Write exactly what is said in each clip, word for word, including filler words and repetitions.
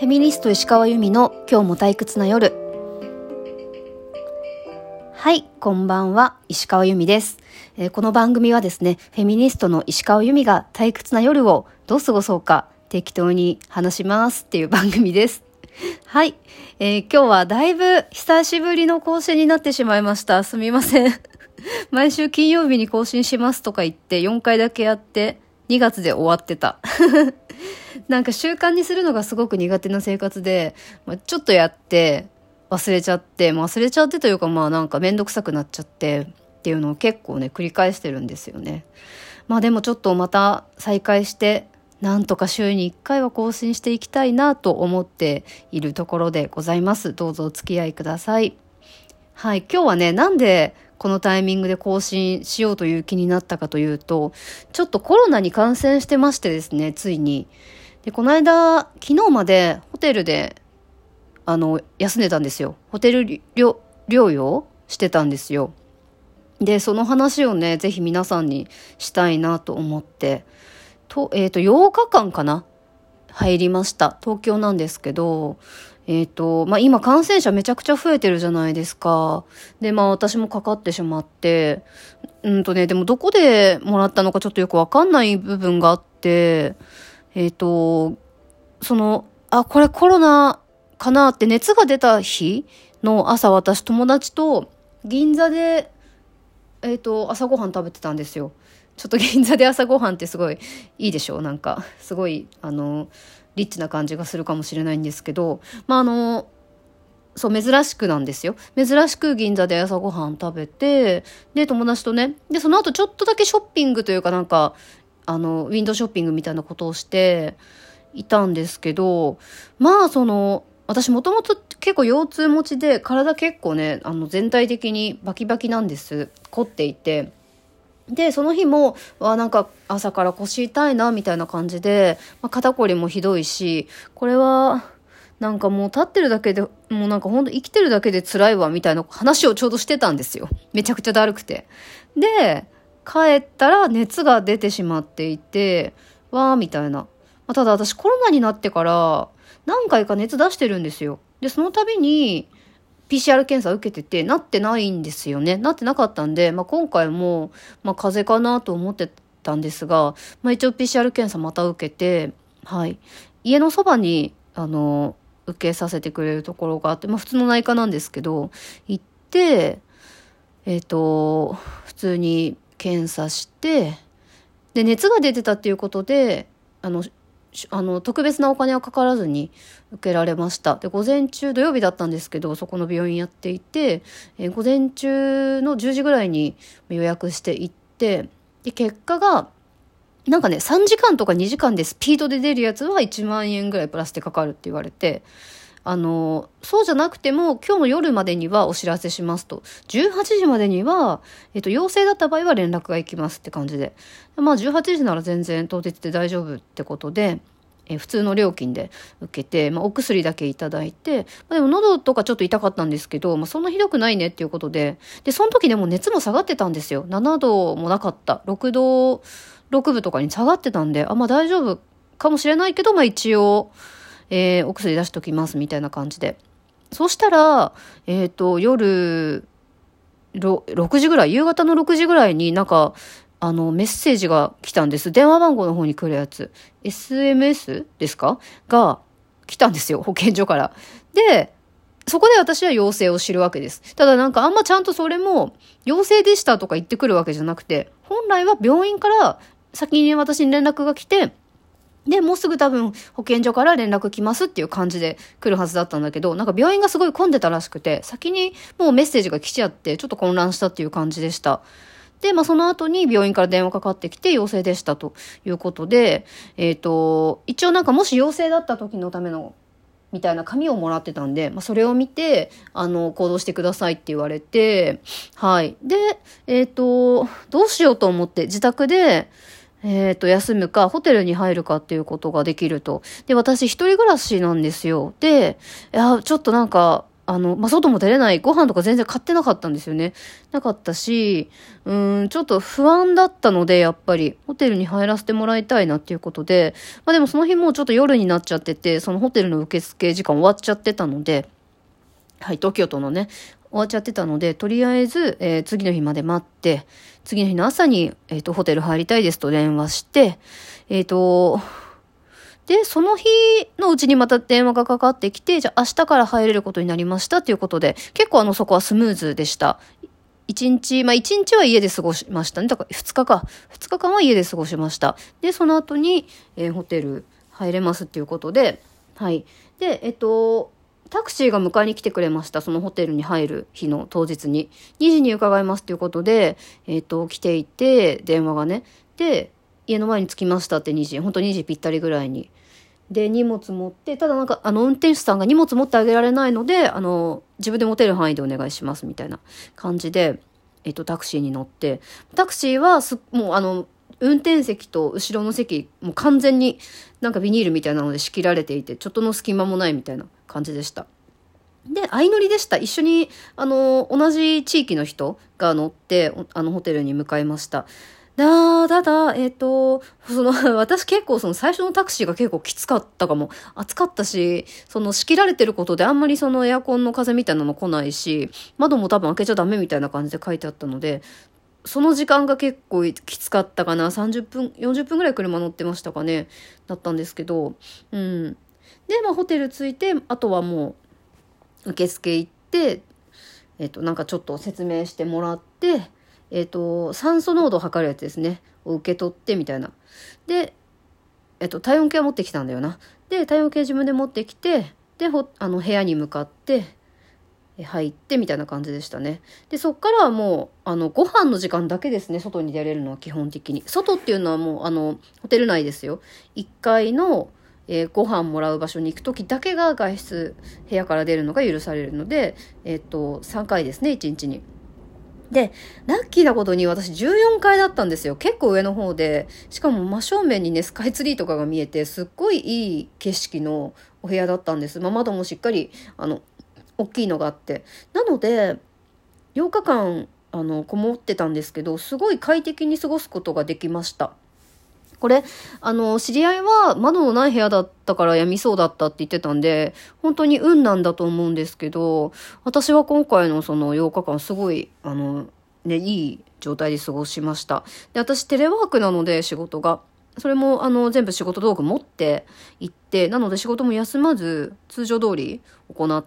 フェミニスト石川由美の今日も退屈な夜。はい、こんばんは、石川由美です、えー、この番組はですね、フェミニストの石川由美が退屈な夜をどう過ごそうか適当に話しますっていう番組です。はい、えー、今日はだいぶ久しぶりの更新になってしまいました。すみません。毎週金曜日に更新しますとか言ってよんかいだけやってにがつで終わってた。なんか習慣にするのがすごく苦手な生活で、まあ、ちょっとやって忘れちゃって、まあ、忘れちゃってというか、まあなんかめんどくさくなっちゃってっていうのを結構ね繰り返してるんですよね。まあでもちょっとまた再開してなんとか週にいっかいは更新していきたいなと思っているところでございます。どうぞお付き合いください。はい、今日はね、なんでこのタイミングで更新しようという気になったかというと、ちょっとコロナに感染してましてですね、ついに。で、この間、昨日までホテルで、あの、休んでたんですよ。ホテル療養してたんですよ。で、その話をね、ぜひ皆さんにしたいなと思って、と、えっと、ようかかんかな入りました。東京なんですけど、えっと、まあ、今感染者めちゃくちゃ増えてるじゃないですか。で、まあ私もかかってしまって、うんとね、でもどこでもらったのかちょっとよくわかんない部分があって、えっと、その、あ、これコロナかなって熱が出た日の朝、私友達と銀座で、えっと、朝ごはん食べてたんですよ。ちょっと銀座で朝ごはんってすごいいいでしょう。なんか、すごい、あの、リッチな感じがするかもしれないんですけど、まあ、あの、そう、珍しくなんですよ。珍しく銀座で朝ごはん食べて、で、友達とね、で、その後ちょっとだけショッピングというかなんか、あの、ウィンドウショッピングみたいなことをしていたんですけど、まあ、その、私もともと結構腰痛持ちで、体結構ね、あの、全体的にバキバキなんです。凝っていて。で、その日も、わ、なんか朝から腰痛いな、みたいな感じで、まあ、肩こりもひどいし、これは、なんかもう立ってるだけで、もうなんかほんと生きてるだけで辛いわ、みたいな話をちょうどしてたんですよ。めちゃくちゃだるくて。で、帰ったら熱が出てしまっていて、わー、みたいな。まあ、ただ私コロナになってから何回か熱出してるんですよ。で、その度に、ピーシーアール 検査受けてて、なってないんですよね。なってなかったんで、まあ、今回も、まあ、風邪かなと思ってたんですが、まあ、一応 ピーシーアール 検査また受けて、はい。家のそばに、あの、受けさせてくれるところがあって、まあ、普通の内科なんですけど、行って、えっと、普通に検査して、で、熱が出てたっていうことで、あの、あの特別なお金はかからずに受けられました。で、午前中土曜日だったんですけど、そこの病院やっていて、えー、午前中のじゅうじぐらいに予約して行って、で結果がなんかねさんじかんとかにじかんでスピードで出るやつはいちまんえんぐらいプラスでかかるって言われて、あのそうじゃなくても今日の夜までにはお知らせしますと、じゅうはちじまでには、えっと、陽性だった場合は連絡が行きますって感じで、まあじゅうはちじなら全然当日で大丈夫ってことで、え普通の料金で受けて、まあ、お薬だけいただいて、まあ、でも喉とかちょっと痛かったんですけど、まあ、そんなひどくないねっていうことで、でその時でも熱も下がってたんですよ。ななどもなかった、ろくどろくぶとかに下がってたんで、あ、まあ大丈夫かもしれないけど、まあ一応えー、お薬出しときますみたいな感じで、そうしたら、えっと、夜ろくじぐらい、夕方のろくじぐらいになんか、あの、メッセージが来たんです。電話番号の方に来るやつ。エスエムエス ですかが来たんですよ、保健所から。で、そこで私は陽性を知るわけです。ただなんかあんまちゃんとそれも、陽性でしたとか言ってくるわけじゃなくて、本来は病院から先に私に連絡が来て、で、もうすぐ多分保健所から連絡来ますっていう感じで来るはずだったんだけど、なんか病院がすごい混んでたらしくて、先にもうメッセージが来ちゃってちょっと混乱したっていう感じでした。で、まあその後に病院から電話かかってきて陽性でしたということで、えっと、一応なんかもし陽性だった時のためのみたいな紙をもらってたんで、まあ、それを見て、あの、行動してくださいって言われて、はい。で、えっと、どうしようと思って自宅で、えっと、休むか、ホテルに入るかっていうことができると。で、私一人暮らしなんですよ。で、いや、ちょっとなんか、 あの、まあ、外も出れない、ご飯とか全然買ってなかったんですよね。なかったし、うーん、ちょっと不安だったので、やっぱり、ホテルに入らせてもらいたいなっていうことで、まあ、でもその日もうちょっと夜になっちゃってて、そのホテルの受付時間終わっちゃってたので、はい、東京都のね、終わっちゃってたので、とりあえず、えー次の日まで待って、次の日の朝に、えっと、ホテル入りたいですと電話して、えっと、で、その日のうちにまた電話がかかってきて、じゃあ明日から入れることになりましたということで、結構あのそこはスムーズでした。一日、まあ一日は家で過ごしましたね。だから二日か。二日間は家で過ごしました。で、その後に、えーホテル入れますっていうことで、はい。で、えっと、タクシーが迎えに来てくれました。そのホテルに入る日の当日に。にじに伺いますということで、えっと、来ていて、電話がね。で、家の前に着きましたってにじ、本当にじぴったりぐらいに。で、荷物持って、ただなんか、あの、運転手さんが荷物持ってあげられないので、あの、自分で持てる範囲でお願いしますみたいな感じで、えっと、タクシーに乗って、タクシーはす、もうあの、運転席と後ろの席、もう完全になんかビニールみたいなので仕切られていて、ちょっとの隙間もないみたいな感じでした。で、相乗りでした。一緒に、あの、同じ地域の人が乗って、おあの、ホテルに向かいました。だ、だだ、えっと、その、私結構その最初のタクシーが結構きつかったかも。暑かったし、その仕切られてることであんまりそのエアコンの風みたいなの来ないし、窓も多分開けちゃダメみたいな感じで書いてあったので、その時間が結構きつかったかな。さんじゅっぷん、よんじゅっぷんぐらい車乗ってましたかね。だったんですけど、うん。で、まあホテル着いて、あとはもう受付行って、えっと、なんかちょっと説明してもらって、えっと、酸素濃度を測るやつですね。を受け取ってみたいな。で、えっと、体温計を持ってきたんだよな。で、体温計自分で持ってきて、で、ほあの部屋に向かって、え入ってみたいな感じでしたね。で、そっからはもう、あの、ご飯の時間だけですね、外に出れるのは基本的に。外っていうのはもう、あの、ホテル内ですよ。いっかいの、えーご飯もらう場所に行くときだけが外出、部屋から出るのが許されるので、えっと、さんかいですね、いちにちに。で、ラッキーなことに私じゅうよんかいだったんですよ。結構上の方で、しかも真正面にね、スカイツリーとかが見えて、すっごいいい景色のお部屋だったんです。まあ、窓もしっかり、あの、大きいのがあって。なので、ようかかん、あの、こもってたんですけど、すごい快適に過ごすことができました。これ、あの、知り合いは窓のない部屋だったから病みそうだったって言ってたんで、本当に運なんだと思うんですけど、私は今回のそのようかかんすごい、あの、ね、いい状態で過ごしました。で、私テレワークなので仕事が。それも、あの、全部仕事道具持って行って、なので仕事も休まず、通常通り行って、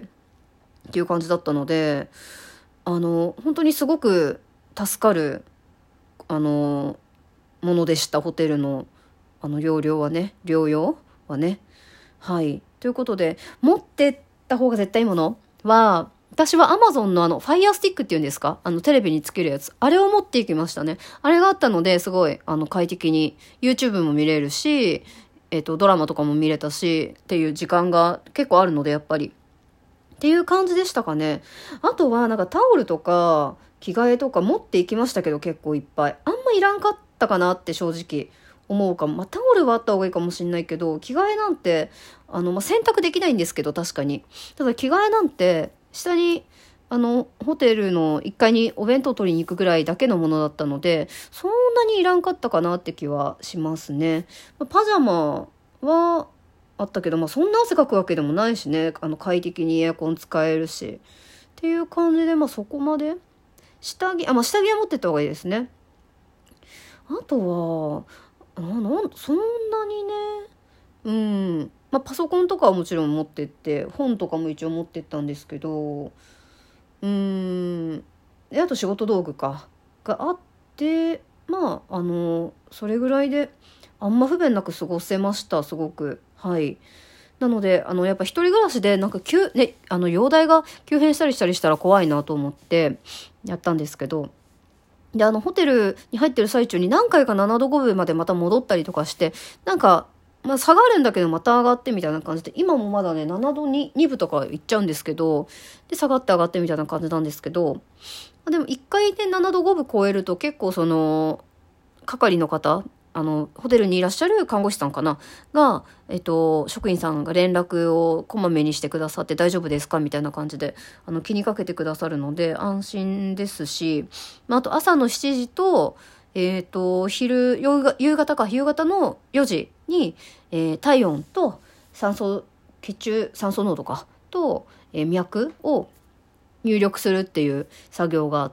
っていう感じだったので、あの、本当にすごく助かる、あの、ものでした。ホテルのあの容量はね、療養はね。はい。ということで、持ってった方が絶対いいものは、私は Amazon のあの、ファイヤースティックっていうんですか、あの、テレビにつけるやつ。あれを持っていきましたね。あれがあったので、すごい、あの、快適に YouTube も見れるし、えっと、ドラマとかも見れたし、っていう時間が結構あるので、やっぱり。っていう感じでしたかね。あとは、なんかタオルとか、着替えとか持っていきましたけど、結構いっぱい。あんまいらんかったかなって正直思うかも。まあ、タオルはあった方がいいかもしれないけど、着替えなんて、あの、まあ、洗濯できないんですけど、確かに。ただ着替えなんて、下に、あの、ホテルのいっかいにお弁当取りに行くぐらいだけのものだったので、そんなにいらんかったかなって気はしますね。まあパジャマは、あったけど、まあ、そんな汗かくわけでもないしね、あの快適にエアコン使えるしっていう感じで、まあそこまで下着あ、まあ、下着は持ってった方がいいですね。あとはななんそんなにね、うんまあ、パソコンとかはもちろん持ってって本とかも一応持ってったんですけど、うんであと仕事道具かがあって、まああのそれぐらいであんま不便なく過ごせました。すごく。はい。なので、あの、やっぱ一人暮らしで、なんか急、ね、あの、容体が急変したりしたりしたら怖いなと思って、やったんですけど、で、あの、ホテルに入ってる最中に何回かななどごぶまでまた戻ったりとかして、なんか、まあ、下がるんだけどまた上がってみたいな感じで、今もまだね、ななどに、にぶとか行っちゃうんですけど、で、下がって上がってみたいな感じなんですけど、まあでもいっかいでななどごぶ超えると結構その、係の方、 あの、ホテルにいらっしゃる看護師さんかなが、えっと、職員さんが連絡をこまめにしてくださって大丈夫ですかみたいな感じで、あの、気にかけてくださるので安心ですし、まあ、あと朝のしちじと、えっと、昼、夕方か、夕方のよじに、えー、体温と酸素、血中酸素濃度か、と、えー、脈を入力するっていう作業があって、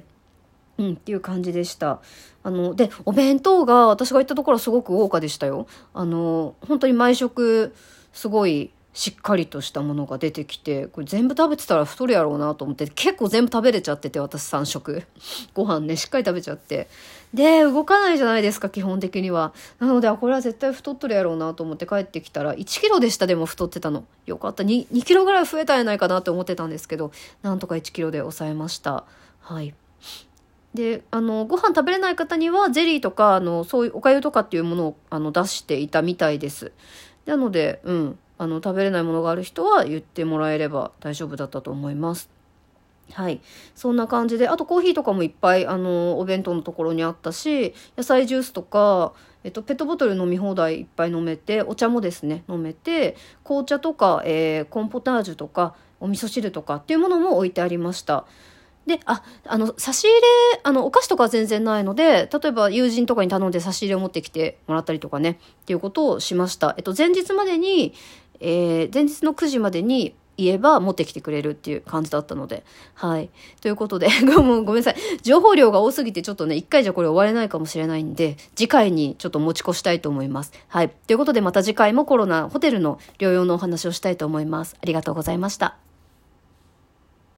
うんっていう感じでした。あの、で、お弁当が私が行ったところはすごく豪華でしたよ。あの、本当に毎食すごいしっかりとしたものが出てきて、これ全部食べてたら太るやろうなと思って、結構全部食べれちゃってて、私さん食。ご飯ね、しっかり食べちゃって。で、動かないじゃないですか、基本的には。なので、あ、これは絶対太っとるやろうなと思って帰ってきたら、いちキロでした、でも太ってたの。よかった。に、にキロぐらい増えたんやないかなって思ってたんですけど、なんとかいちキロで抑えました。はい。で、あの、ご飯食べれない方には、ゼリーとか、あの、そういうお粥とかっていうものを、あの、出していたみたいです。なので、うん、あの、食べれないものがある人は言ってもらえれば大丈夫だったと思います。はい。そんな感じで、あとコーヒーとかもいっぱい、あの、お弁当のところにあったし、野菜ジュースとか、えっと、ペットボトル飲み放題いっぱい飲めて、お茶もですね、飲めて、紅茶とか、えー、コーンポタージュとか、お味噌汁とかっていうものも置いてありました。で、あ、あの、差し入れ、あの、お菓子とかは全然ないので、例えば友人とかに頼んで差し入れを持ってきてもらったりとかね、っていうことをしました。えっと、前日までに、えー、前日のくじまでに言えば持ってきてくれるっていう感じだったので、はい。ということで、もうごめんなさい。情報量が多すぎてちょっとね、一回じゃこれ終われないかもしれないんで、次回にちょっと持ち越したいと思います。はい。ということで、また次回もコロナ、ホテルの療養のお話をしたいと思います。ありがとうございました。